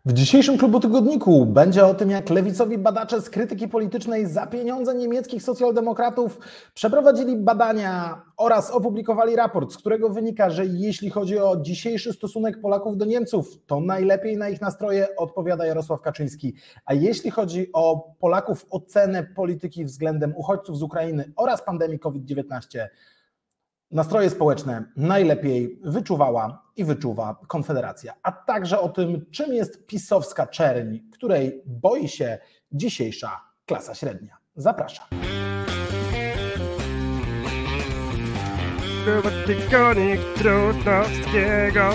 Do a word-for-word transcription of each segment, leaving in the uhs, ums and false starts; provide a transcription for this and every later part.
W dzisiejszym Klubu Tygodniku będzie o tym, jak lewicowi badacze z krytyki politycznej za pieniądze niemieckich socjaldemokratów przeprowadzili badania oraz opublikowali raport, z którego wynika, że jeśli chodzi o dzisiejszy stosunek Polaków do Niemców, to najlepiej na ich nastroje odpowiada Jarosław Kaczyński. A jeśli chodzi o Polaków, ocenę polityki względem uchodźców z Ukrainy oraz pandemii kowid dziewiętnaście, nastroje społeczne najlepiej wyczuwała i wyczuwa Konfederacja, a także o tym, czym jest pisowska czerń, której boi się dzisiejsza klasa średnia. Zapraszam. Tygodnik Trudnowskiego.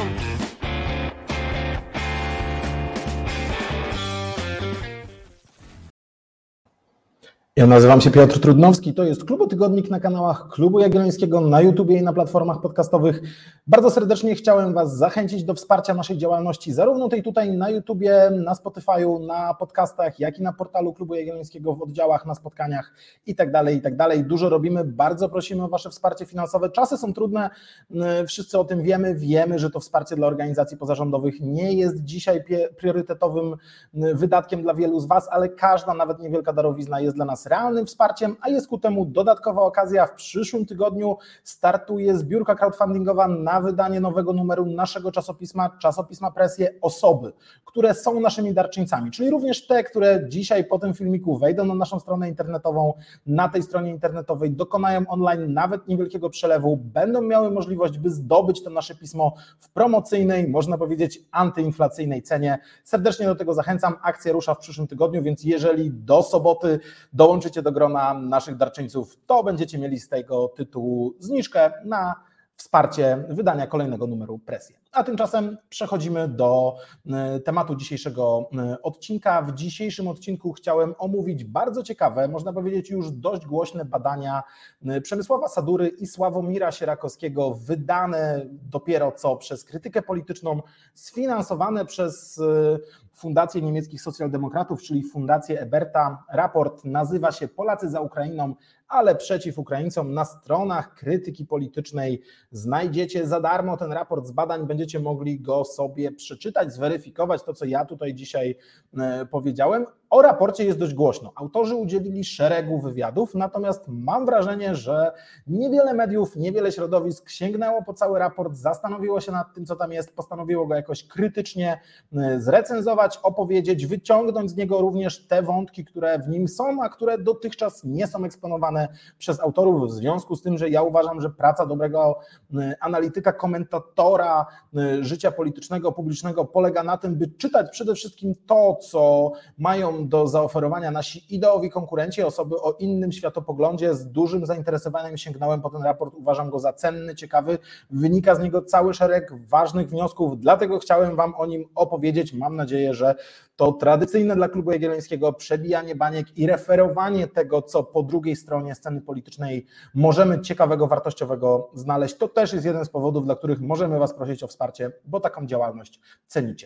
Ja nazywam się Piotr Trudnowski, to jest Klubotygodnik na kanałach Klubu Jagiellońskiego, na YouTubie i na platformach podcastowych. Bardzo serdecznie chciałem Was zachęcić do wsparcia naszej działalności, zarówno tej tutaj na YouTubie, na Spotify'u, na podcastach, jak i na portalu Klubu Jagiellońskiego w oddziałach, na spotkaniach i tak dalej, i tak dalej. Dużo robimy, bardzo prosimy o Wasze wsparcie finansowe. Czasy są trudne, wszyscy o tym wiemy, wiemy, że to wsparcie dla organizacji pozarządowych nie jest dzisiaj priorytetowym wydatkiem dla wielu z Was, ale każda, nawet niewielka darowizna jest dla nas realnym wsparciem, a jest ku temu dodatkowa okazja. W przyszłym tygodniu startuje zbiórka crowdfundingowa na wydanie nowego numeru naszego czasopisma, czasopisma Presję. Osoby, które są naszymi darczyńcami, czyli również te, które dzisiaj po tym filmiku wejdą na naszą stronę internetową, na tej stronie internetowej dokonają online nawet niewielkiego przelewu, będą miały możliwość, by zdobyć to nasze pismo w promocyjnej, można powiedzieć antyinflacyjnej cenie. Serdecznie do tego zachęcam. Akcja rusza w przyszłym tygodniu, więc jeżeli do soboty dołączycie do grona naszych darczyńców, to będziecie mieli z tego tytułu zniżkę na wsparcie wydania kolejnego numeru Presję. A tymczasem przechodzimy do tematu dzisiejszego odcinka. W dzisiejszym odcinku chciałem omówić bardzo ciekawe, można powiedzieć już dość głośne badania Przemysława Sadury i Sławomira Sierakowskiego, wydane dopiero co przez krytykę polityczną, sfinansowane przez Fundację Niemieckich Socjaldemokratów, czyli Fundację Eberta. Raport nazywa się Polacy za Ukrainą, ale przeciw Ukraińcom. Na stronach krytyki politycznej znajdziecie za darmo ten raport z badań, będziecie mogli go sobie przeczytać, zweryfikować to, co ja tutaj dzisiaj powiedziałem. O raporcie jest dość głośno. Autorzy udzielili szeregu wywiadów, natomiast mam wrażenie, że niewiele mediów, niewiele środowisk sięgnęło po cały raport, zastanowiło się nad tym, co tam jest, postanowiło go jakoś krytycznie zrecenzować, opowiedzieć, wyciągnąć z niego również te wątki, które w nim są, a które dotychczas nie są eksponowane przez autorów, w związku z tym, że ja uważam, że praca dobrego analityka, komentatora życia politycznego, publicznego polega na tym, by czytać przede wszystkim to, co mają do zaoferowania nasi ideowi konkurenci, osoby o innym światopoglądzie. Z dużym zainteresowaniem sięgnąłem po ten raport, uważam go za cenny, ciekawy, wynika z niego cały szereg ważnych wniosków, dlatego chciałem Wam o nim opowiedzieć. Mam nadzieję, że to tradycyjne dla Klubu Jagiellońskiego przebijanie baniek i referowanie tego, co po drugiej stronie sceny politycznej możemy ciekawego, wartościowego znaleźć. To też jest jeden z powodów, dla których możemy Was prosić o wsparcie, bo taką działalność cenicie.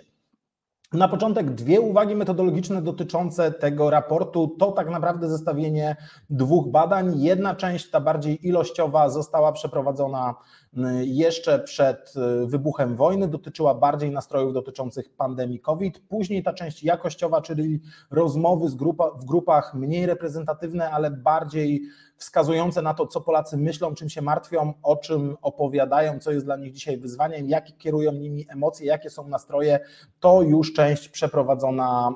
Na początek dwie uwagi metodologiczne dotyczące tego raportu. To tak naprawdę zestawienie dwóch badań. Jedna część, ta bardziej ilościowa, została przeprowadzona jeszcze przed wybuchem wojny, dotyczyła bardziej nastrojów dotyczących pandemii COVID. Później ta część jakościowa, czyli rozmowy z grupa, w grupach mniej reprezentatywne, ale bardziej wskazujące na to, co Polacy myślą, czym się martwią, o czym opowiadają, co jest dla nich dzisiaj wyzwaniem, jakie kierują nimi emocje, jakie są nastroje. To już część przeprowadzona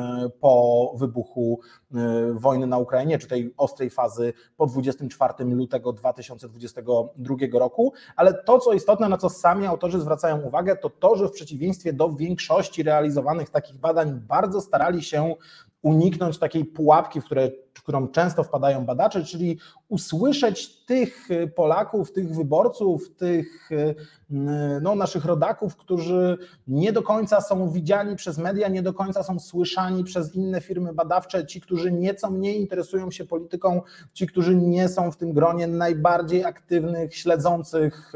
po wybuchu wojny na Ukrainie, czy tej ostrej fazy po dwudziestego czwartego lutego dwa tysiące dwudziestego drugiego roku. Ale to, co istotne, na co sami autorzy zwracają uwagę, to to, że w przeciwieństwie do większości realizowanych takich badań bardzo starali się uniknąć takiej pułapki, w, które, w którą często wpadają badacze, czyli usłyszeć tych Polaków, tych wyborców, tych no, naszych rodaków, którzy nie do końca są widziani przez media, nie do końca są słyszani przez inne firmy badawcze, ci, którzy nieco mniej interesują się polityką, ci, którzy nie są w tym gronie najbardziej aktywnych, śledzących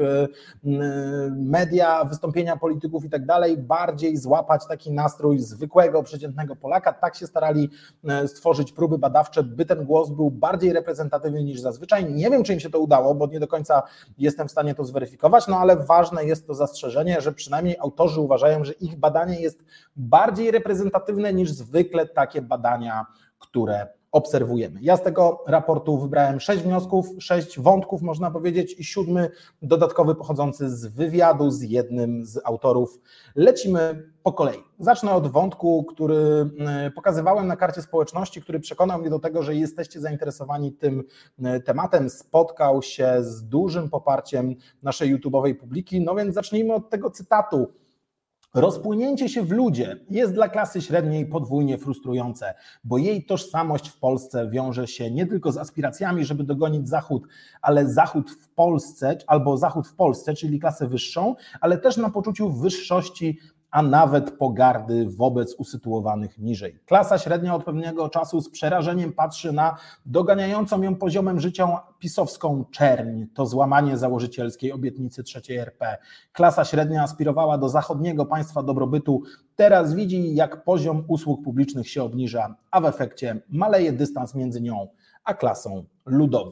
media, wystąpienia polityków i tak dalej, bardziej złapać taki nastrój zwykłego, przeciętnego Polaka. Tak się starali stworzyć próby badawcze by ten głos był bardziej reprezentatywny niż zazwyczaj. Nie wiem, czy im się to udało, bo nie do końca jestem w stanie to zweryfikować, no ale ważne jest to zastrzeżenie, że przynajmniej autorzy uważają, że ich badanie jest bardziej reprezentatywne niż zwykle takie badania, które obserwujemy. Ja z tego raportu wybrałem sześć wniosków, sześć wątków można powiedzieć i siódmy dodatkowy pochodzący z wywiadu z jednym z autorów. Lecimy po kolei. Zacznę od wątku, który pokazywałem na karcie społeczności, który przekonał mnie do tego, że jesteście zainteresowani tym tematem. Spotkał się z dużym poparciem naszej YouTube'owej publiki, no więc zacznijmy od tego cytatu. Rozpłynięcie się w ludzie jest dla klasy średniej podwójnie frustrujące, bo jej tożsamość w Polsce wiąże się nie tylko z aspiracjami, żeby dogonić Zachód, ale Zachód w Polsce, albo Zachód w Polsce, czyli klasę wyższą, ale też na poczuciu wyższości, a nawet pogardy wobec usytuowanych niżej. Klasa średnia od pewnego czasu z przerażeniem patrzy na doganiającą ją poziomem życia pisowską czerń, to złamanie założycielskiej obietnicy trzeciej R P. Klasa średnia aspirowała do zachodniego państwa dobrobytu, teraz widzi, jak poziom usług publicznych się obniża, a w efekcie maleje dystans między nią a klasą ludową.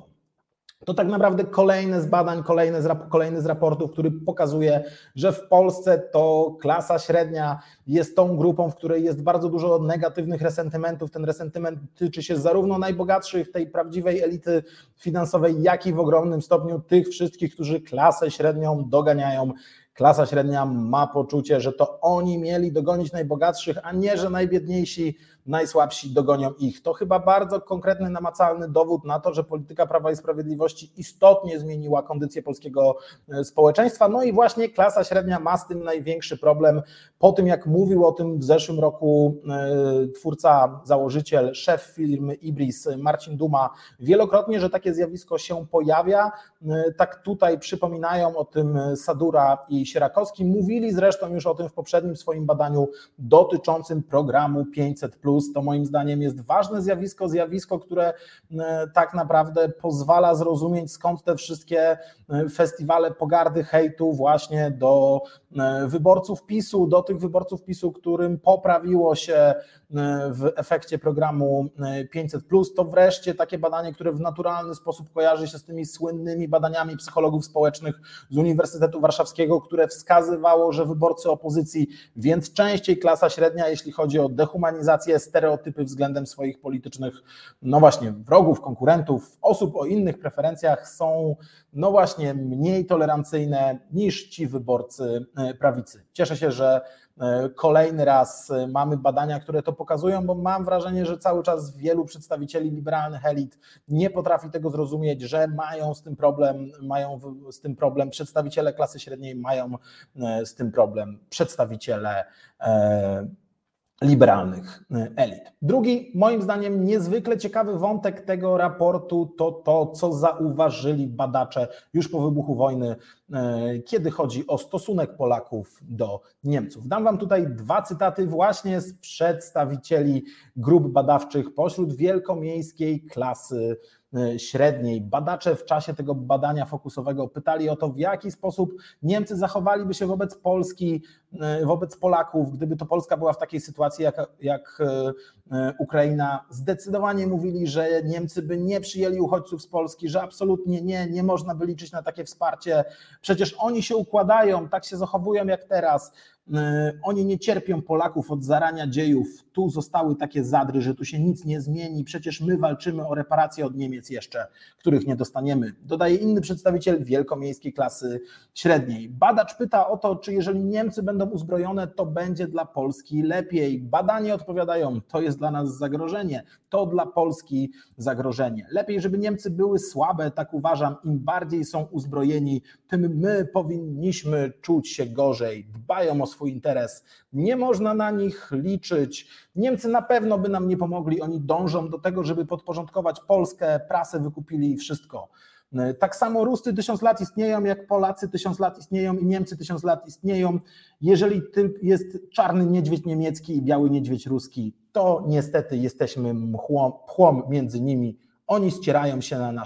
To tak naprawdę kolejne z badań, kolejny z, rap- kolejny z raportów, który pokazuje, że w Polsce to klasa średnia jest tą grupą, w której jest bardzo dużo negatywnych resentymentów. Ten resentyment tyczy się zarówno najbogatszych, tej prawdziwej elity finansowej, jak i w ogromnym stopniu tych wszystkich, którzy klasę średnią doganiają. Klasa średnia ma poczucie, że to oni mieli dogonić najbogatszych, a nie, że najbiedniejsi, najsłabsi dogonią ich. To chyba bardzo konkretny, namacalny dowód na to, że polityka Prawa i Sprawiedliwości istotnie zmieniła kondycję polskiego społeczeństwa. No i właśnie klasa średnia ma z tym największy problem. Po tym, jak mówił o tym w zeszłym roku twórca, założyciel, szef firmy Ibris, Marcin Duma, wielokrotnie, że takie zjawisko się pojawia, tak tutaj przypominają o tym Sadura i Sierakowski. Mówili zresztą już o tym w poprzednim swoim badaniu dotyczącym programu pięćset plus. To moim zdaniem jest ważne zjawisko, zjawisko, które tak naprawdę pozwala zrozumieć, skąd te wszystkie festiwale pogardy, hejtu właśnie do wyborców PiSu, do tych wyborców PiSu, którym poprawiło się w efekcie programu pięćset plus. To wreszcie takie badanie, które w naturalny sposób kojarzy się z tymi słynnymi badaniami psychologów społecznych z Uniwersytetu Warszawskiego, które wskazywało, że wyborcy opozycji, więc częściej klasa średnia, jeśli chodzi o dehumanizację, stereotypy względem swoich politycznych, no właśnie, wrogów, konkurentów, osób o innych preferencjach są, no właśnie, mniej tolerancyjne niż ci wyborcy prawicy. Cieszę się, że kolejny raz mamy badania, które to pokazują, bo mam wrażenie, że cały czas wielu przedstawicieli liberalnych elit nie potrafi tego zrozumieć, że mają z tym problem, mają z tym problem przedstawiciele klasy średniej, mają z tym problem przedstawiciele liberalnych elit. Drugi, moim zdaniem, niezwykle ciekawy wątek tego raportu to to, co zauważyli badacze już po wybuchu wojny, kiedy chodzi o stosunek Polaków do Niemców. Dam wam tutaj dwa cytaty właśnie z przedstawicieli grup badawczych pośród wielkomiejskiej klasy średniej. Badacze w czasie tego badania fokusowego pytali o to, w jaki sposób Niemcy zachowaliby się wobec Polski, wobec Polaków, gdyby to Polska była w takiej sytuacji jak, jak Ukraina. Zdecydowanie mówili, że Niemcy by nie przyjęli uchodźców z Polski, że absolutnie nie, nie można by liczyć na takie wsparcie. Przecież oni się układają, tak się zachowują jak teraz. Oni nie cierpią Polaków od zarania dziejów. Tu zostały takie zadry, że tu się nic nie zmieni. Przecież my walczymy o reparacje od Niemiec jeszcze, których nie dostaniemy. Dodaje inny przedstawiciel wielkomiejskiej klasy średniej. Badacz pyta o to, czy jeżeli Niemcy będą uzbrojone, to będzie dla Polski lepiej. Badani odpowiadają, to jest dla nas zagrożenie, to dla Polski zagrożenie. Lepiej, żeby Niemcy były słabe, tak uważam. Im bardziej są uzbrojeni, tym my powinniśmy czuć się gorzej. Dbają o swój interes. Nie można na nich liczyć. Niemcy na pewno by nam nie pomogli. Oni dążą do tego, żeby podporządkować Polskę, prasę wykupili i wszystko. Tak samo Rusy tysiąc lat istnieją, jak Polacy tysiąc lat istnieją i Niemcy tysiąc lat istnieją. Jeżeli jest czarny niedźwiedź niemiecki i biały niedźwiedź ruski, to niestety jesteśmy mchłą, pchłą między nimi. Oni ścierają się na naszym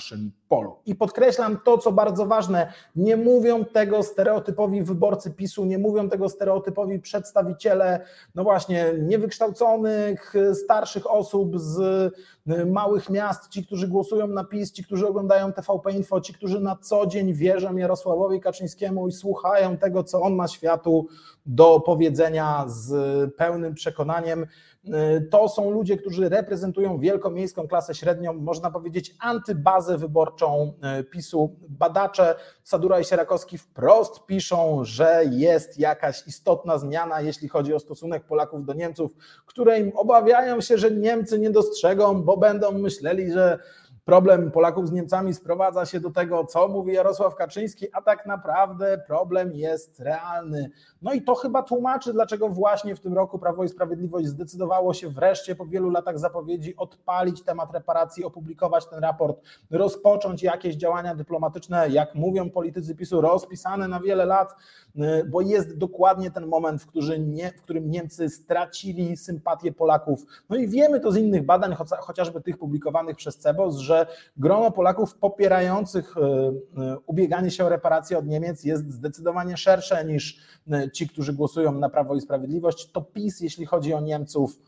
polu. I podkreślam to, co bardzo ważne, nie mówią tego stereotypowi wyborcy PiSu, nie mówią tego stereotypowi przedstawiciele, no właśnie, niewykształconych, starszych osób z małych miast, ci, którzy głosują na PiS, ci, którzy oglądają T V P Info, ci, którzy na co dzień wierzą Jarosławowi Kaczyńskiemu i słuchają tego, co on ma światu do powiedzenia z pełnym przekonaniem. To są ludzie, którzy reprezentują wielkomiejską klasę średnią, można powiedzieć antybazę wyborczą PiSu. Badacze Sadura i Sierakowski wprost piszą, że jest jakaś istotna zmiana, jeśli chodzi o stosunek Polaków do Niemców, której obawiają się, że Niemcy nie dostrzegą, bo będą myśleli, że problem Polaków z Niemcami sprowadza się do tego, co mówi Jarosław Kaczyński, a tak naprawdę problem jest realny. No i to chyba tłumaczy, dlaczego właśnie w tym roku Prawo i Sprawiedliwość zdecydowało się wreszcie po wielu latach zapowiedzi odpalić temat reparacji, opublikować ten raport, rozpocząć jakieś działania dyplomatyczne, jak mówią politycy PiSu, rozpisane na wiele lat, bo jest dokładnie ten moment, w którym, nie, w którym Niemcy stracili sympatię Polaków. No i wiemy to z innych badań, chociażby tych publikowanych przez Cebos, że grono Polaków popierających ubieganie się o reparacje od Niemiec jest zdecydowanie szersze niż ci, którzy głosują na Prawo i Sprawiedliwość. To PiS, jeśli chodzi o Niemców,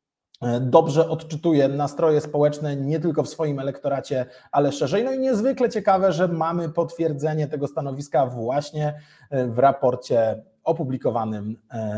dobrze odczytuje nastroje społeczne nie tylko w swoim elektoracie, ale szerzej. No i niezwykle ciekawe, że mamy potwierdzenie tego stanowiska właśnie w raporcie opublikowanym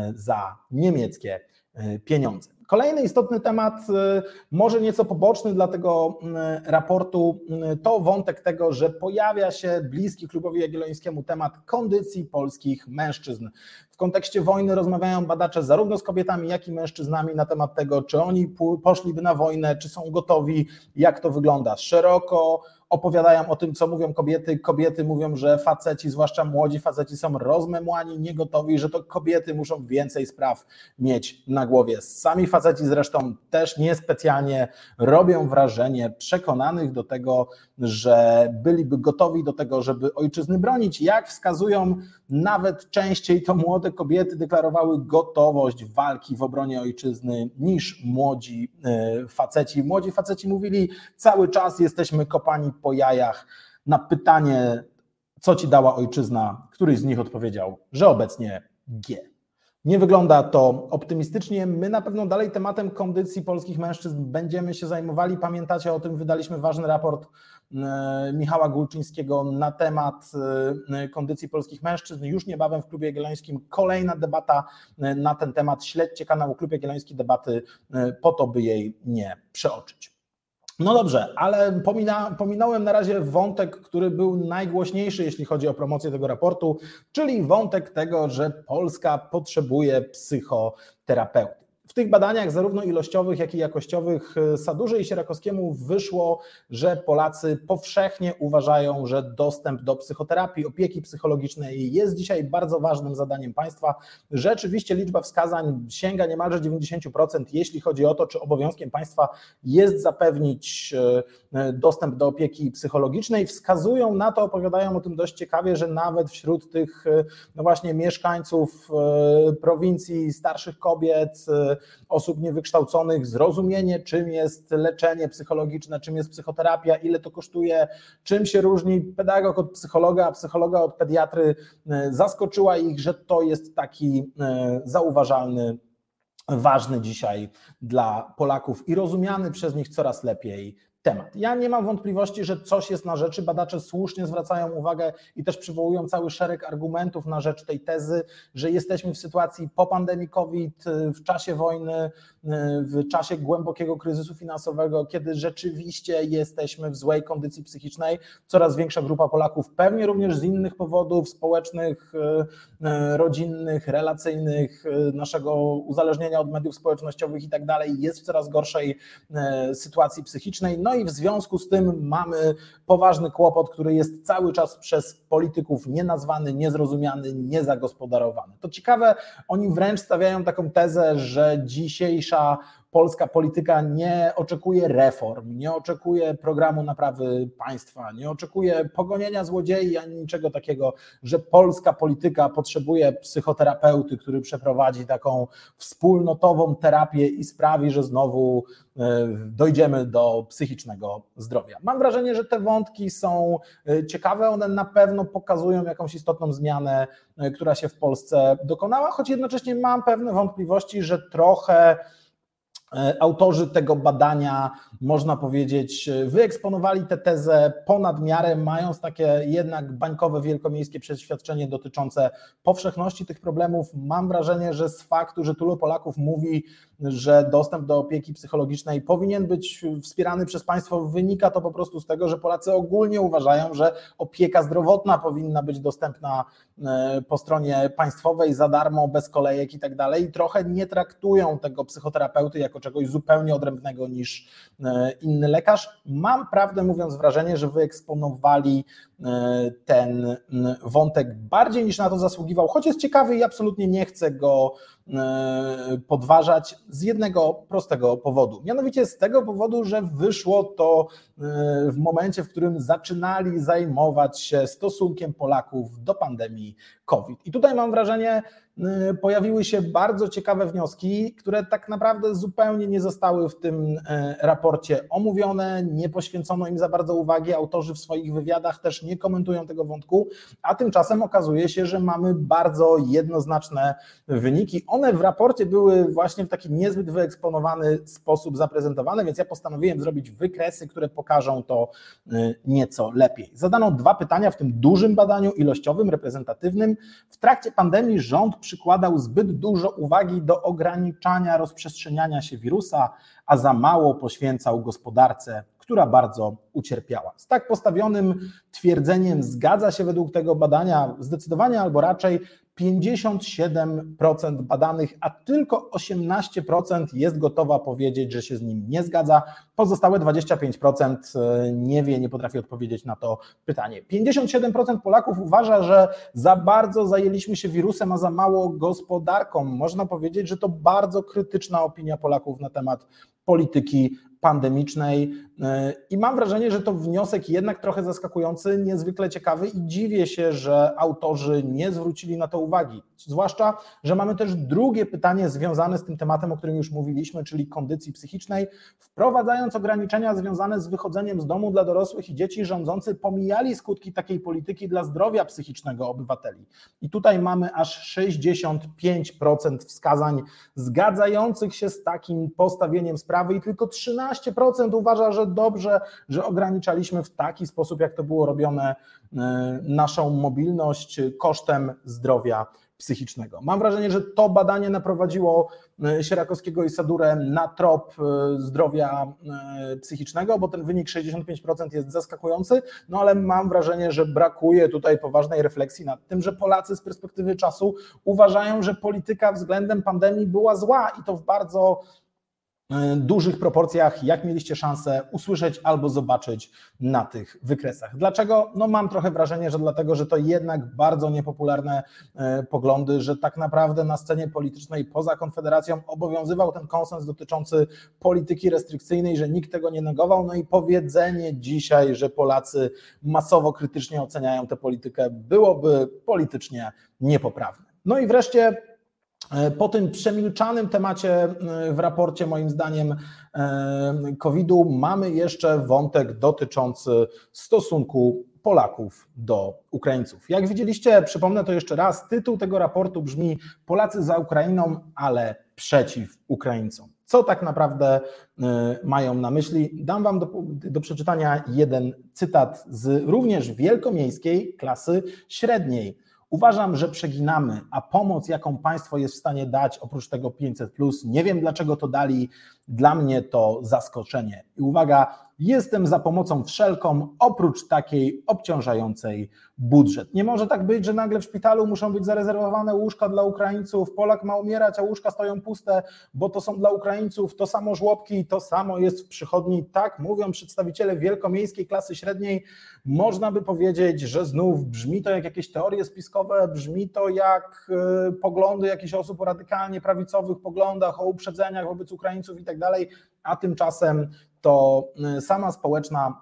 za niemieckie pieniądze. Kolejny istotny temat, może nieco poboczny dla tego raportu, to wątek tego, że pojawia się bliski Klubowi Jagiellońskiemu temat kondycji polskich mężczyzn. W kontekście wojny rozmawiają badacze zarówno z kobietami, jak i mężczyznami na temat tego, czy oni poszliby na wojnę, czy są gotowi, jak to wygląda. Szeroko opowiadają o tym, co mówią kobiety. Kobiety mówią, że faceci, zwłaszcza młodzi faceci, są rozmemłani, niegotowi, że to kobiety muszą więcej spraw mieć na głowie. Sami faceci zresztą też niespecjalnie robią wrażenie przekonanych do tego, że byliby gotowi do tego, żeby ojczyzny bronić. Jak wskazują, nawet częściej to młode kobiety deklarowały gotowość walki w obronie ojczyzny niż młodzi faceci. Młodzi faceci mówili, cały czas jesteśmy kopani po jajach. Na pytanie, co ci dała ojczyzna, któryś z nich odpowiedział, że obecnie G. Nie wygląda to optymistycznie. My na pewno dalej tematem kondycji polskich mężczyzn będziemy się zajmowali. Pamiętacie o tym, wydaliśmy ważny raport Michała Gulczyńskiego na temat kondycji polskich mężczyzn. Już niebawem w Klubie Jagiellońskim kolejna debata na ten temat. Śledźcie kanał Klub Jagielloński Debaty po to, by jej nie przeoczyć. No dobrze, ale pomina, pominąłem na razie wątek, który był najgłośniejszy, jeśli chodzi o promocję tego raportu, czyli wątek tego, że Polska potrzebuje psychoterapeuty. W tych badaniach zarówno ilościowych, jak i jakościowych Sadurze i Sierakowskiemu wyszło, że Polacy powszechnie uważają, że dostęp do psychoterapii, opieki psychologicznej jest dzisiaj bardzo ważnym zadaniem państwa. Rzeczywiście liczba wskazań sięga niemalże dziewięćdziesiąt procent, jeśli chodzi o to, czy obowiązkiem państwa jest zapewnić dostęp do opieki psychologicznej. Wskazują na to, opowiadają o tym dość ciekawie, że nawet wśród tych no właśnie mieszkańców prowincji, starszych kobiet, osób niewykształconych, zrozumienie, czym jest leczenie psychologiczne, czym jest psychoterapia, ile to kosztuje, czym się różni pedagog od psychologa, a psychologa od pediatry, zaskoczyła ich, że to jest taki zauważalny, ważny dzisiaj dla Polaków i rozumiany przez nich coraz lepiej temat. Ja nie mam wątpliwości, że coś jest na rzeczy. Badacze słusznie zwracają uwagę i też przywołują cały szereg argumentów na rzecz tej tezy, że jesteśmy w sytuacji po pandemii COVID, w czasie wojny, w czasie głębokiego kryzysu finansowego, kiedy rzeczywiście jesteśmy w złej kondycji psychicznej. Coraz większa grupa Polaków, pewnie również z innych powodów społecznych, rodzinnych, relacyjnych, naszego uzależnienia od mediów społecznościowych i tak dalej, jest w coraz gorszej sytuacji psychicznej. No i w związku z tym mamy poważny kłopot, który jest cały czas przez polityków nienazwany, niezrozumiany, niezagospodarowany. To ciekawe, oni wręcz stawiają taką tezę, że dzisiejsza polska polityka nie oczekuje reform, nie oczekuje programu naprawy państwa, nie oczekuje pogonienia złodziei ani niczego takiego, że polska polityka potrzebuje psychoterapeuty, który przeprowadzi taką wspólnotową terapię i sprawi, że znowu dojdziemy do psychicznego zdrowia. Mam wrażenie, że te wątki są ciekawe, one na pewno pokazują jakąś istotną zmianę, która się w Polsce dokonała, choć jednocześnie mam pewne wątpliwości, że trochę autorzy tego badania, można powiedzieć, wyeksponowali tę tezę ponad miarę, mając takie jednak bańkowe, wielkomiejskie przeświadczenie dotyczące powszechności tych problemów. Mam wrażenie, że z faktu, że tylu Polaków mówi, że dostęp do opieki psychologicznej powinien być wspierany przez państwo, wynika to po prostu z tego, że Polacy ogólnie uważają, że opieka zdrowotna powinna być dostępna po stronie państwowej za darmo, bez kolejek i tak dalej. I trochę nie traktują tego psychoterapeuty jako czegoś zupełnie odrębnego niż inny lekarz. Mam, prawdę mówiąc, wrażenie, że wyeksponowali ten wątek bardziej niż na to zasługiwał, choć jest ciekawy i absolutnie nie chcę go podważać z jednego prostego powodu. Mianowicie z tego powodu, że wyszło to w momencie, w którym zaczynali zajmować się stosunkiem Polaków do pandemii COVID. I tutaj mam wrażenie, pojawiły się bardzo ciekawe wnioski, które tak naprawdę zupełnie nie zostały w tym raporcie omówione, nie poświęcono im za bardzo uwagi, autorzy w swoich wywiadach też nie komentują tego wątku, a tymczasem okazuje się, że mamy bardzo jednoznaczne wyniki. One w raporcie były właśnie w taki niezbyt wyeksponowany sposób zaprezentowane, więc ja postanowiłem zrobić wykresy, które pokażą to nieco lepiej. Zadano dwa pytania w tym dużym badaniu ilościowym, reprezentatywnym. W trakcie pandemii rząd przykładał zbyt dużo uwagi do ograniczania rozprzestrzeniania się wirusa, a za mało poświęcał gospodarce, która bardzo ucierpiała. Z tak postawionym twierdzeniem zgadza się według tego badania zdecydowanie albo raczej pięćdziesiąt siedem procent badanych, a tylko osiemnaście procent jest gotowa powiedzieć, że się z nim nie zgadza. Pozostałe dwadzieścia pięć procent nie wie, nie potrafi odpowiedzieć na to pytanie. pięćdziesiąt siedem procent Polaków uważa, że za bardzo zajęliśmy się wirusem, a za mało gospodarką. Można powiedzieć, że to bardzo krytyczna opinia Polaków na temat polityki pandemicznej i mam wrażenie, że to wniosek jednak trochę zaskakujący, niezwykle ciekawy i dziwię się, że autorzy nie zwrócili na to uwagi. Zwłaszcza, że mamy też drugie pytanie związane z tym tematem, o którym już mówiliśmy, czyli kondycji psychicznej. Wprowadzając ograniczenia związane z wychodzeniem z domu dla dorosłych i dzieci, rządzący pomijali skutki takiej polityki dla zdrowia psychicznego obywateli. I tutaj mamy aż sześćdziesiąt pięć procent wskazań zgadzających się z takim postawieniem sprawy i tylko trzynaście procent uważa, że dobrze, że ograniczaliśmy w taki sposób, jak to było robione, naszą mobilność kosztem zdrowia psychicznego. Mam wrażenie, że to badanie naprowadziło Sierakowskiego i Sadurę na trop zdrowia psychicznego, bo ten wynik sześćdziesiąt pięć procent jest zaskakujący, no ale mam wrażenie, że brakuje tutaj poważnej refleksji nad tym, że Polacy z perspektywy czasu uważają, że polityka względem pandemii była zła i to w bardzo dużych proporcjach, jak mieliście szansę usłyszeć albo zobaczyć na tych wykresach. Dlaczego? No mam trochę wrażenie, że dlatego, że to jednak bardzo niepopularne poglądy, że tak naprawdę na scenie politycznej poza Konfederacją obowiązywał ten konsens dotyczący polityki restrykcyjnej, że nikt tego nie negował, no i powiedzenie dzisiaj, że Polacy masowo krytycznie oceniają tę politykę, byłoby politycznie niepoprawne. No i wreszcie po tym przemilczanym temacie w raporcie, moim zdaniem, kowida mamy jeszcze wątek dotyczący stosunku Polaków do Ukraińców. Jak widzieliście, przypomnę to jeszcze raz, tytuł tego raportu brzmi: Polacy za Ukrainą, ale przeciw Ukraińcom. Co tak naprawdę mają na myśli? Dam wam do, do przeczytania jeden cytat z również wielkomiejskiej klasy średniej. Uważam, że przeginamy, a pomoc, jaką państwo jest w stanie dać, oprócz tego pięćset plus, nie wiem dlaczego to dali, dla mnie to zaskoczenie. I uwaga, jestem za pomocą wszelką, oprócz takiej obciążającej budżet. Nie może tak być, że nagle w szpitalu muszą być zarezerwowane łóżka dla Ukraińców, Polak ma umierać, a łóżka stoją puste, bo to są dla Ukraińców, to samo żłobki, to samo jest w przychodni. Tak mówią przedstawiciele wielkomiejskiej klasy średniej. Można by powiedzieć, że znów brzmi to jak jakieś teorie spiskowe, brzmi to jak y, poglądy jakichś osób o radykalnie prawicowych poglądach, o uprzedzeniach wobec Ukraińców i tak dalej, a tymczasem to y, sama społeczna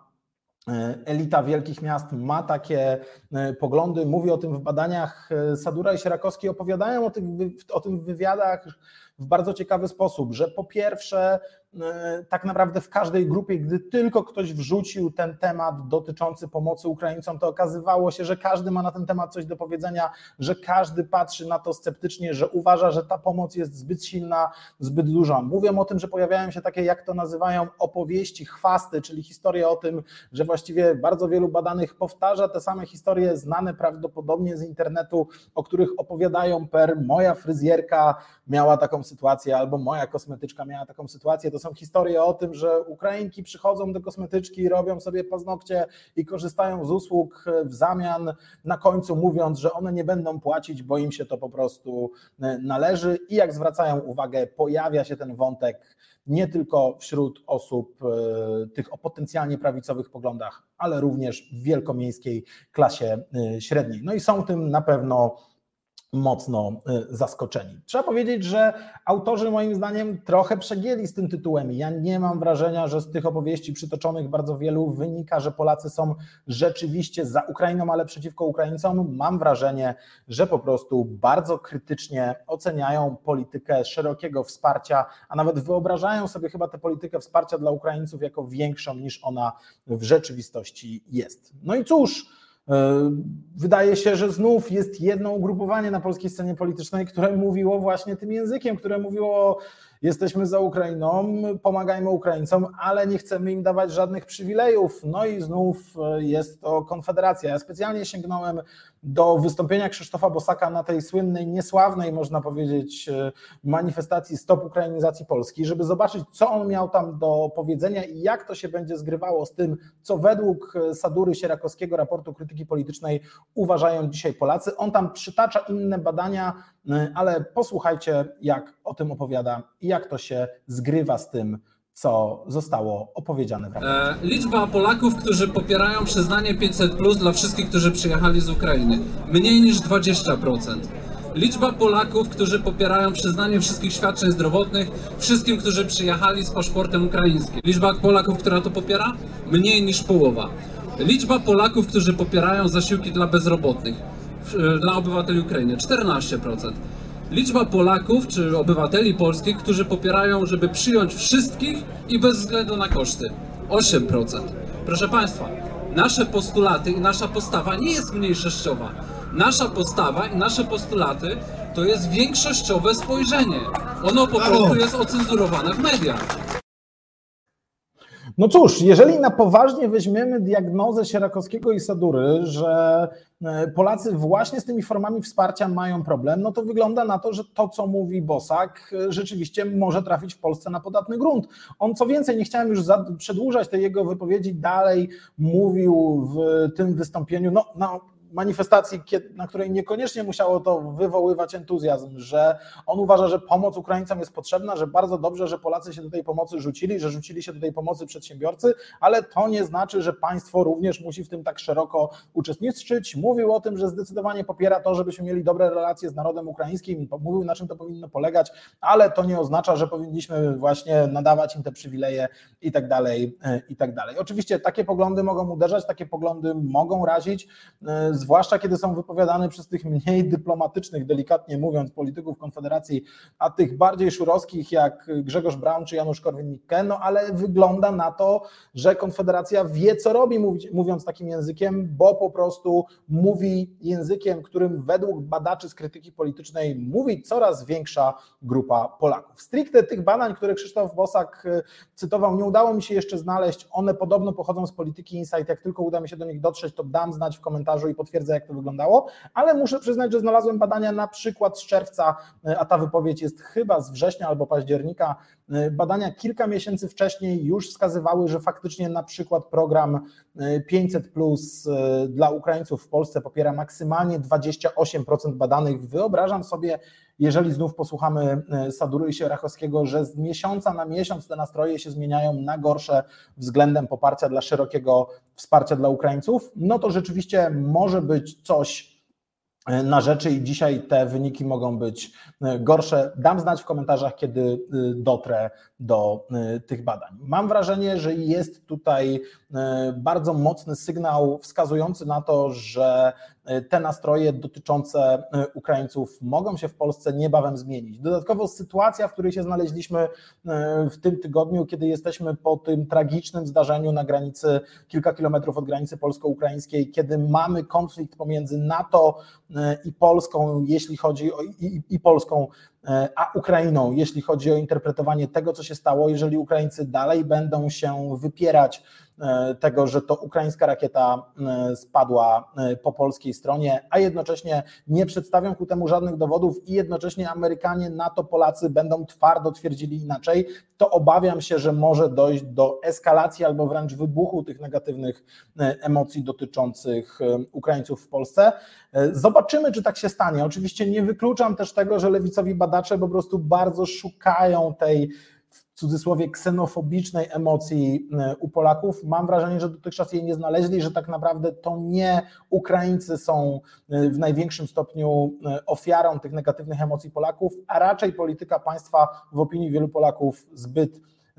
elita wielkich miast ma takie poglądy, mówi o tym w badaniach. Sadura i Sierakowski opowiadają o, tych, o tym w wywiadach w bardzo ciekawy sposób, że po pierwsze tak naprawdę w każdej grupie, gdy tylko ktoś wrzucił ten temat dotyczący pomocy Ukraińcom, to okazywało się, że każdy ma na ten temat coś do powiedzenia, że każdy patrzy na to sceptycznie, że uważa, że ta pomoc jest zbyt silna, zbyt duża. Mówią o tym, że pojawiają się takie, jak to nazywają, opowieści, chwasty, czyli historie o tym, że właściwie bardzo wielu badanych powtarza te same historie znane prawdopodobnie z internetu, o których opowiadają per moja fryzjerka miała taką sytuację albo moja kosmetyczka miała taką sytuację. To są historie o tym, że Ukrainki przychodzą do kosmetyczki, robią sobie paznokcie i korzystają z usług w zamian, na końcu mówiąc, że one nie będą płacić, bo im się to po prostu należy i jak zwracają uwagę, pojawia się ten wątek nie tylko wśród osób tych o potencjalnie prawicowych poglądach, ale również w wielkomiejskiej klasie średniej. No i są tym na pewno mocno zaskoczeni. Trzeba powiedzieć, że autorzy moim zdaniem trochę przegięli z tym tytułem. Ja nie mam wrażenia, że z tych opowieści przytoczonych bardzo wielu wynika, że Polacy są rzeczywiście za Ukrainą, ale przeciwko Ukraińcom. Mam wrażenie, że po prostu bardzo krytycznie oceniają politykę szerokiego wsparcia, a nawet wyobrażają sobie chyba tę politykę wsparcia dla Ukraińców jako większą niż ona w rzeczywistości jest. No i cóż, wydaje się, że znów jest jedno ugrupowanie na polskiej scenie politycznej, które mówiło właśnie tym językiem, które mówiło: jesteśmy za Ukrainą, pomagajmy Ukraińcom, ale nie chcemy im dawać żadnych przywilejów. No i znów jest to Konfederacja. Ja specjalnie sięgnąłem do wystąpienia Krzysztofa Bosaka na tej słynnej, niesławnej, można powiedzieć, manifestacji Stop Ukrainizacji Polski, żeby zobaczyć, co on miał tam do powiedzenia i jak to się będzie zgrywało z tym, co według Sadury, Sierakowskiego, raportu krytyki politycznej uważają dzisiaj Polacy. On tam przytacza inne badania, ale posłuchajcie, jak o tym opowiada i jak to się zgrywa z tym, co zostało opowiedziane w raporcie. E, liczba Polaków, którzy popierają przyznanie pięćset plus dla wszystkich, którzy przyjechali z Ukrainy. Mniej niż dwadzieścia procent. Liczba Polaków, którzy popierają przyznanie wszystkich świadczeń zdrowotnych wszystkim, którzy przyjechali z paszportem ukraińskim. Liczba Polaków, która to popiera? Mniej niż połowa. Liczba Polaków, którzy popierają zasiłki dla bezrobotnych, dla obywateli Ukrainy, czternaście procent. Liczba Polaków czy obywateli polskich, którzy popierają, żeby przyjąć wszystkich i bez względu na koszty, osiem procent. Proszę Państwa, nasze postulaty i nasza postawa nie jest mniejszościowa. Nasza postawa i nasze postulaty to jest większościowe spojrzenie. Ono po prostu jest ocenzurowane w mediach. No cóż, jeżeli na poważnie weźmiemy diagnozę Sierakowskiego i Sadury, że Polacy właśnie z tymi formami wsparcia mają problem, no to wygląda na to, że to, co mówi Bosak, rzeczywiście może trafić w Polsce na podatny grunt. On, co więcej, nie chciałem już przedłużać tej jego wypowiedzi, dalej mówił w tym wystąpieniu, no, no manifestacji, na której niekoniecznie musiało to wywoływać entuzjazm, że on uważa, że pomoc Ukraińcom jest potrzebna, że bardzo dobrze, że Polacy się do tej pomocy rzucili, że rzucili się do tej pomocy przedsiębiorcy, ale to nie znaczy, że państwo również musi w tym tak szeroko uczestniczyć. Mówił o tym, że zdecydowanie popiera to, żebyśmy mieli dobre relacje z narodem ukraińskim, mówił, na czym to powinno polegać, ale to nie oznacza, że powinniśmy właśnie nadawać im te przywileje i tak dalej, i tak dalej. Oczywiście takie poglądy mogą uderzać, takie poglądy mogą razić, zwłaszcza kiedy są wypowiadane przez tych mniej dyplomatycznych, delikatnie mówiąc, polityków Konfederacji, a tych bardziej szurowskich jak Grzegorz Braun czy Janusz Korwin-Mikke, no ale wygląda na to, że Konfederacja wie, co robi, mówiąc takim językiem, bo po prostu mówi językiem, którym według badaczy z krytyki politycznej mówi coraz większa grupa Polaków. Stricte tych badań, które Krzysztof Bosak cytował, nie udało mi się jeszcze znaleźć, one podobno pochodzą z Polityki Insight, jak tylko uda mi się do nich dotrzeć, to dam znać w komentarzu i potwierdzę potwierdza, jak to wyglądało, ale muszę przyznać, że znalazłem badania na przykład z czerwca, a ta wypowiedź jest chyba z września albo października. Badania kilka miesięcy wcześniej już wskazywały, że faktycznie na przykład program pięćset plus dla Ukraińców w Polsce popiera maksymalnie dwadzieścia osiem procent badanych. Wyobrażam sobie, jeżeli znów posłuchamy Sadury i Sierakowskiego, że z miesiąca na miesiąc te nastroje się zmieniają na gorsze względem poparcia dla szerokiego wsparcia dla Ukraińców, no to rzeczywiście może być coś na rzeczy i dzisiaj te wyniki mogą być gorsze. Dam znać w komentarzach, kiedy dotrę do tych badań. Mam wrażenie, że jest tutaj bardzo mocny sygnał wskazujący na to, że te nastroje dotyczące Ukraińców mogą się w Polsce niebawem zmienić. Dodatkowo sytuacja, w której się znaleźliśmy w tym tygodniu, kiedy jesteśmy po tym tragicznym zdarzeniu na granicy, kilka kilometrów od granicy polsko-ukraińskiej, kiedy mamy konflikt pomiędzy NATO i Polską, jeśli chodzi o i, i Polską, a Ukrainą, jeśli chodzi o interpretowanie tego, co się stało, jeżeli Ukraińcy dalej będą się wypierać tego, że to ukraińska rakieta spadła po polskiej stronie, a jednocześnie nie przedstawią ku temu żadnych dowodów i jednocześnie Amerykanie, NATO, Polacy będą twardo twierdzili inaczej, to obawiam się, że może dojść do eskalacji albo wręcz wybuchu tych negatywnych emocji dotyczących Ukraińców w Polsce. Zobaczymy, czy tak się stanie. Oczywiście nie wykluczam też tego, że lewicowi badacze po prostu bardzo szukają tej, w cudzysłowie, ksenofobicznej emocji u Polaków. Mam wrażenie, że dotychczas jej nie znaleźli, że tak naprawdę to nie Ukraińcy są w największym stopniu ofiarą tych negatywnych emocji Polaków, a raczej polityka państwa w opinii wielu Polaków zbyt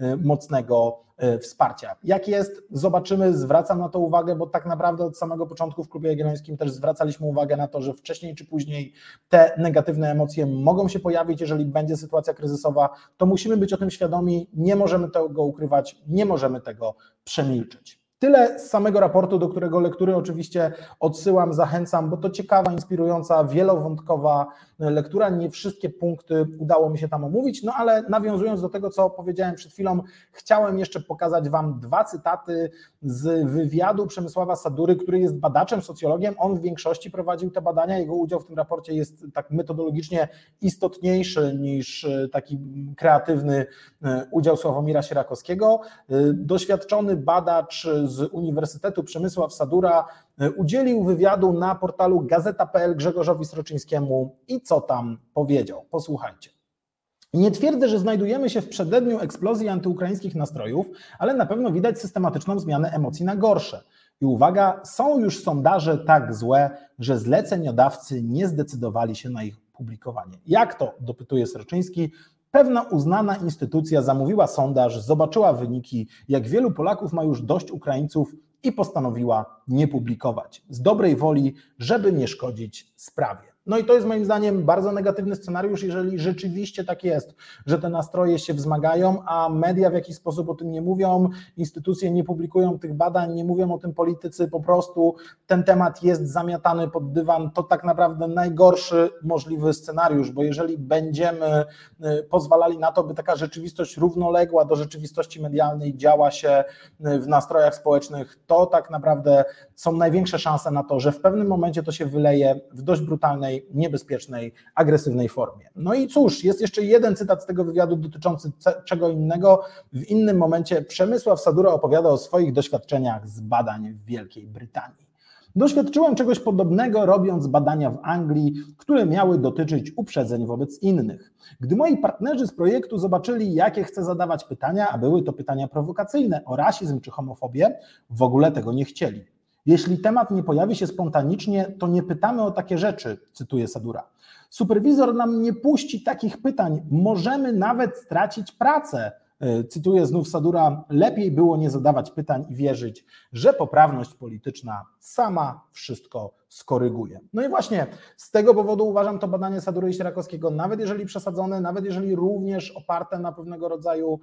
mocnego wsparcia. Jak jest? Zobaczymy, zwracam na to uwagę, bo tak naprawdę od samego początku w Klubie Jagiellońskim też zwracaliśmy uwagę na to, że wcześniej czy później te negatywne emocje mogą się pojawić, jeżeli będzie sytuacja kryzysowa, to musimy być o tym świadomi, nie możemy tego ukrywać, nie możemy tego przemilczeć. Tyle z samego raportu, do którego lektury oczywiście odsyłam, zachęcam, bo to ciekawa, inspirująca, wielowątkowa lektura. Nie wszystkie punkty udało mi się tam omówić, no ale nawiązując do tego, co powiedziałem przed chwilą, chciałem jeszcze pokazać Wam dwa cytaty z wywiadu Przemysława Sadury, który jest badaczem, socjologiem. On w większości prowadził te badania, jego udział w tym raporcie jest tak metodologicznie istotniejszy niż taki kreatywny udział Sławomira Sierakowskiego. Doświadczony badacz z Uniwersytetu Przemysław Sadura udzielił wywiadu na portalu gazeta kropka pe el Grzegorzowi Sroczyńskiemu i co tam powiedział. Posłuchajcie. Nie twierdzę, że znajdujemy się w przededniu eksplozji antyukraińskich nastrojów, ale na pewno widać systematyczną zmianę emocji na gorsze. I uwaga, są już sondaże tak złe, że zleceniodawcy nie zdecydowali się na ich publikowanie. Jak to? Dopytuje Sroczyński. Pewna uznana instytucja zamówiła sondaż, zobaczyła wyniki, jak wielu Polaków ma już dość Ukraińców i postanowiła nie publikować. Z dobrej woli, żeby nie szkodzić sprawie. No i to jest moim zdaniem bardzo negatywny scenariusz, jeżeli rzeczywiście tak jest, że te nastroje się wzmagają, a media w jakiś sposób o tym nie mówią, instytucje nie publikują tych badań, nie mówią o tym politycy, po prostu ten temat jest zamiatany pod dywan. To tak naprawdę najgorszy możliwy scenariusz, bo jeżeli będziemy pozwalali na to, by taka rzeczywistość równoległa do rzeczywistości medialnej działa się w nastrojach społecznych, to tak naprawdę są największe szanse na to, że w pewnym momencie to się wyleje w dość brutalnej, niebezpiecznej, agresywnej formie. No i cóż, jest jeszcze jeden cytat z tego wywiadu dotyczący czego innego. W innym momencie Przemysław Sadura opowiada o swoich doświadczeniach z badań w Wielkiej Brytanii. Doświadczyłem czegoś podobnego, robiąc badania w Anglii, które miały dotyczyć uprzedzeń wobec innych. Gdy moi partnerzy z projektu zobaczyli, jakie chcę zadawać pytania, a były to pytania prowokacyjne o rasizm czy homofobię, w ogóle tego nie chcieli. Jeśli temat nie pojawi się spontanicznie, to nie pytamy o takie rzeczy, cytuje Sadura. Superwizor nam nie puści takich pytań, możemy nawet stracić pracę, cytuję znów Sadura, lepiej było nie zadawać pytań i wierzyć, że poprawność polityczna sama wszystko skoryguje. No i właśnie z tego powodu uważam to badanie Sadury i Sierakowskiego, nawet jeżeli przesadzone, nawet jeżeli również oparte na pewnego rodzaju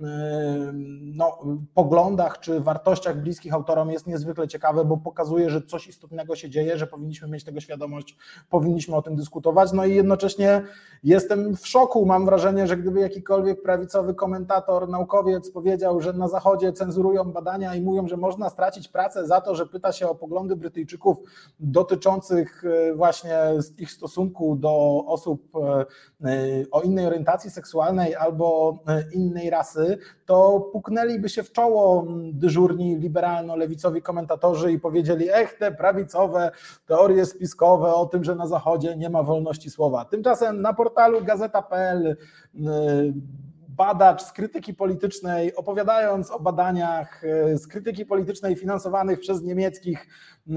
no, poglądach czy wartościach bliskich autorom, jest niezwykle ciekawe, bo pokazuje, że coś istotnego się dzieje, że powinniśmy mieć tego świadomość, powinniśmy o tym dyskutować, no i jednocześnie jestem w szoku, mam wrażenie, że gdyby jakikolwiek prawicowy komentator, naukowiec powiedział, że na Zachodzie cenzurują badania i mówią, że można stracić pracę za to, że pyta się o poglądy Brytyjczyków do dotyczących właśnie ich stosunku do osób o innej orientacji seksualnej albo innej rasy, to puknęliby się w czoło dyżurni liberalno-lewicowi komentatorzy i powiedzieli: ech, te prawicowe teorie spiskowe o tym, że na Zachodzie nie ma wolności słowa. Tymczasem na portalu gazeta kropka pe el badacz z krytyki politycznej, opowiadając o badaniach z krytyki politycznej finansowanych przez niemieckich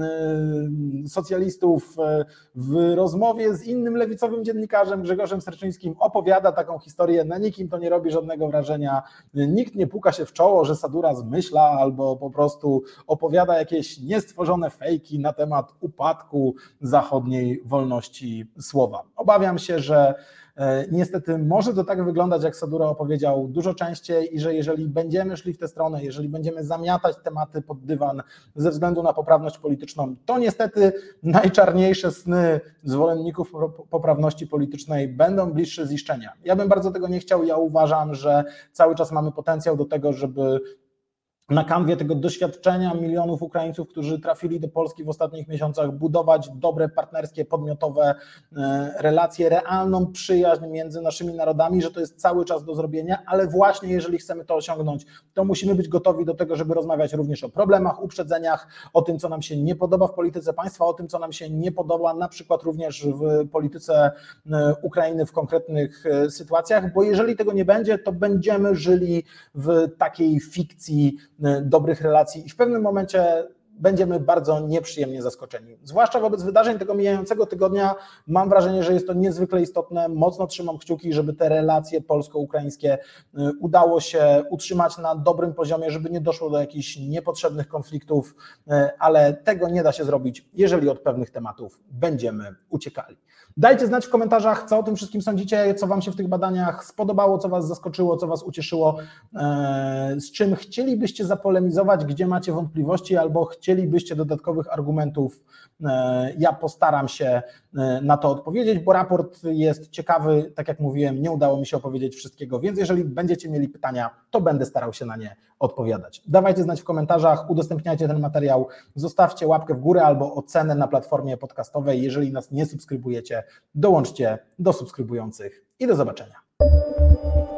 socjalistów, w rozmowie z innym lewicowym dziennikarzem Grzegorzem Serczyńskim opowiada taką historię, na nikim to nie robi żadnego wrażenia, nikt nie puka się w czoło, że Sadura zmyśla albo po prostu opowiada jakieś niestworzone fejki na temat upadku zachodniej wolności słowa. Obawiam się, że niestety może to tak wyglądać, jak Sadura opowiedział, dużo częściej i że jeżeli będziemy szli w tę stronę, jeżeli będziemy zamiatać tematy pod dywan ze względu na poprawność polityczną, to niestety najczarniejsze sny zwolenników poprawności politycznej będą bliższe ziszczenia. Ja bym bardzo tego nie chciał, ja uważam, że cały czas mamy potencjał do tego, żeby na kanwie tego doświadczenia milionów Ukraińców, którzy trafili do Polski w ostatnich miesiącach, budować dobre, partnerskie, podmiotowe relacje, realną przyjaźń między naszymi narodami, że to jest cały czas do zrobienia, ale właśnie jeżeli chcemy to osiągnąć, to musimy być gotowi do tego, żeby rozmawiać również o problemach, uprzedzeniach, o tym, co nam się nie podoba w polityce państwa, o tym, co nam się nie podoba na przykład również w polityce Ukrainy w konkretnych sytuacjach, bo jeżeli tego nie będzie, to będziemy żyli w takiej fikcji dobrych relacji i w pewnym momencie będziemy bardzo nieprzyjemnie zaskoczeni. Zwłaszcza wobec wydarzeń tego mijającego tygodnia mam wrażenie, że jest to niezwykle istotne. Mocno trzymam kciuki, żeby te relacje polsko-ukraińskie udało się utrzymać na dobrym poziomie, żeby nie doszło do jakichś niepotrzebnych konfliktów, ale tego nie da się zrobić, jeżeli od pewnych tematów będziemy uciekali. Dajcie znać w komentarzach, co o tym wszystkim sądzicie, co Wam się w tych badaniach spodobało, co Was zaskoczyło, co Was ucieszyło, z czym chcielibyście zapolemizować, gdzie macie wątpliwości albo chcielibyście dodatkowych argumentów. Ja postaram się na to odpowiedzieć, bo raport jest ciekawy, tak jak mówiłem, nie udało mi się opowiedzieć wszystkiego, więc jeżeli będziecie mieli pytania, to będę starał się na nie odpowiadać. Dawajcie znać w komentarzach, udostępniajcie ten materiał, zostawcie łapkę w górę albo ocenę na platformie podcastowej. Jeżeli nas nie subskrybujecie, dołączcie do subskrybujących i do zobaczenia.